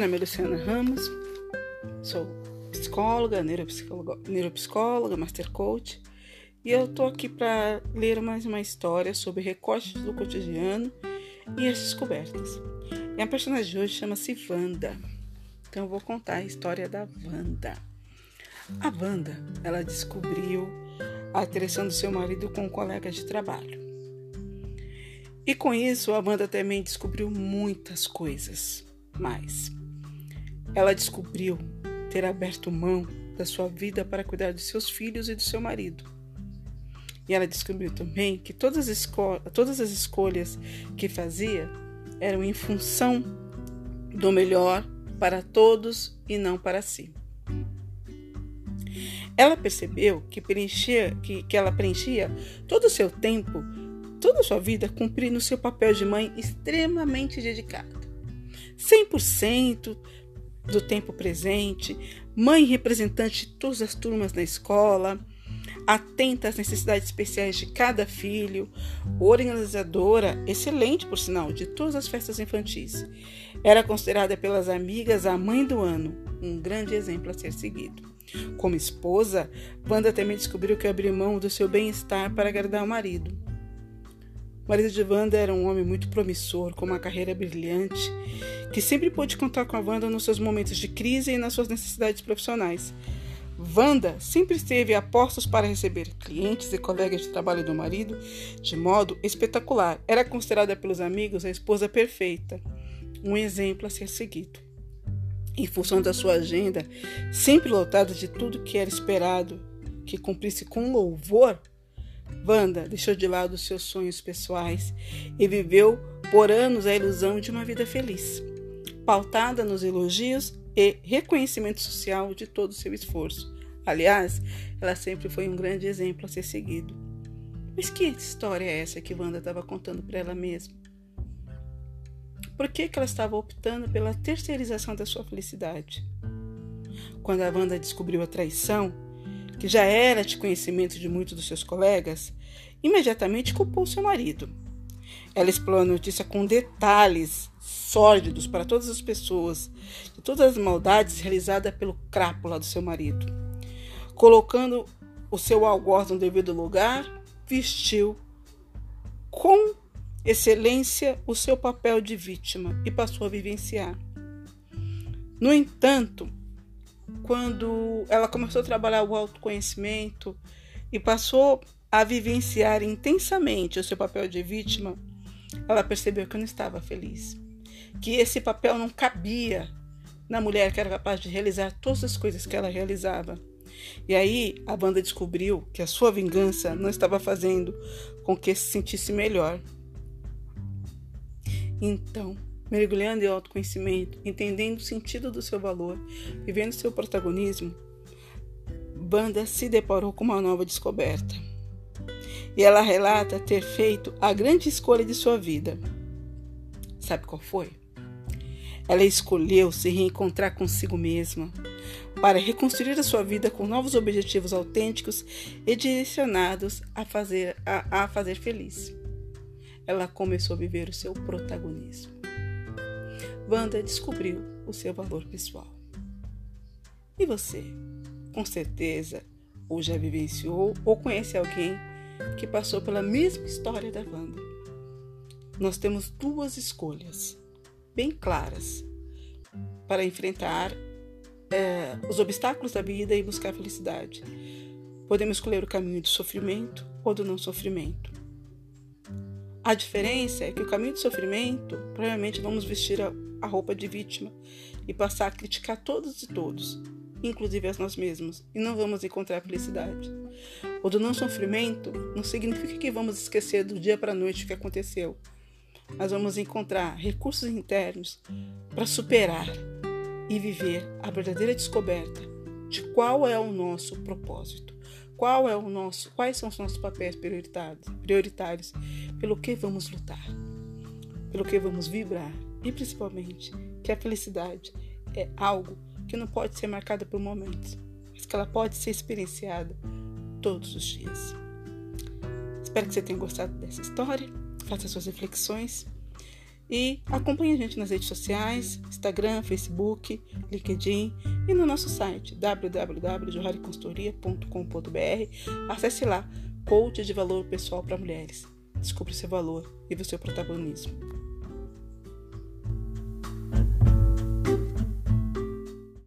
nome é Luciana Ramos, sou psicóloga, neuropsicóloga, master coach, e eu tô aqui para ler mais uma história sobre recortes do cotidiano e as descobertas. E a personagem de hoje chama-se Wanda. Então eu vou contar a história da Wanda. A Wanda, ela descobriu a traição do seu marido com um colega de trabalho. E com isso, a Wanda também descobriu muitas coisas mais. Ela descobriu ter aberto mão da sua vida para cuidar dos seus filhos e do seu marido. E ela descobriu também que todas as escolhas que fazia eram em função do melhor para todos e não para si. Ela percebeu que ela preenchia todo o seu tempo, toda a sua vida, cumprindo o seu papel de mãe extremamente dedicada. 100% do tempo presente, mãe representante de todas as turmas na escola, atenta às necessidades especiais de cada filho, organizadora, excelente por sinal, de todas as festas infantis. Era considerada pelas amigas a mãe do ano, um grande exemplo a ser seguido. Como esposa, Wanda também descobriu que abriu mão do seu bem-estar para agradar o marido. O marido de Wanda era um homem muito promissor, com uma carreira brilhante, que sempre pôde contar com a Wanda nos seus momentos de crise e nas suas necessidades profissionais. Wanda sempre esteve a postos para receber clientes e colegas de trabalho do marido de modo espetacular. Era considerada pelos amigos a esposa perfeita, um exemplo a ser seguido. Em função da sua agenda, sempre lotada de tudo que era esperado que cumprisse com louvor, Wanda deixou de lado seus sonhos pessoais e viveu por anos a ilusão de uma vida feliz, pautada nos elogios e reconhecimento social de todo o seu esforço. Aliás, ela sempre foi um grande exemplo a ser seguido. Mas que história é essa que Wanda estava contando para ela mesma? Por que ela estava optando pela terceirização da sua felicidade? Quando a Wanda descobriu a traição, que já era de conhecimento de muitos dos seus colegas, imediatamente culpou seu marido. Ela explorou a notícia com detalhes sórdidos para todas as pessoas, de todas as maldades realizadas pelo crápula do seu marido. Colocando o seu algoz no devido lugar, vestiu com excelência o seu papel de vítima e passou a vivenciar. No entanto, quando ela começou a trabalhar o autoconhecimento e passou a vivenciar intensamente o seu papel de vítima, ela percebeu que não estava feliz, que esse papel não cabia na mulher que era capaz de realizar todas as coisas que ela realizava. E aí a Wanda descobriu que a sua vingança não estava fazendo com que se sentisse melhor. Então, mergulhando em autoconhecimento, entendendo o sentido do seu valor, vivendo seu protagonismo, Wanda se deparou com uma nova descoberta. E ela relata ter feito a grande escolha de sua vida. Sabe qual foi? Ela escolheu se reencontrar consigo mesma para reconstruir a sua vida com novos objetivos autênticos e direcionados a fazer feliz. Ela começou a viver o seu protagonismo. Wanda descobriu o seu valor pessoal. E você? Com certeza, ou já vivenciou ou conhece alguém que passou pela mesma história da Wanda. Nós temos duas escolhas bem claras para enfrentar os obstáculos da vida e buscar a felicidade. Podemos escolher o caminho do sofrimento ou do não sofrimento. A diferença é que o caminho do sofrimento, provavelmente vamos vestir a roupa de vítima e passar a criticar todos e todos, inclusive a nós mesmos, e não vamos encontrar felicidade. O do não sofrimento não significa que vamos esquecer do dia para a noite o que aconteceu, mas vamos encontrar recursos internos para superar e viver a verdadeira descoberta de qual é o nosso propósito, quais são os nossos papéis prioritários, pelo que vamos lutar, pelo que vamos vibrar e principalmente que a felicidade é algo que não pode ser marcada por momentos, mas que ela pode ser experienciada todos os dias. Espero que você tenha gostado dessa história, faça suas reflexões E acompanhe a gente nas redes sociais, Instagram, Facebook, LinkedIn e no nosso site www.johariconsultoria.com.br. Acesse lá, Coach de Valor Pessoal para Mulheres. Descubra o seu valor e o seu protagonismo.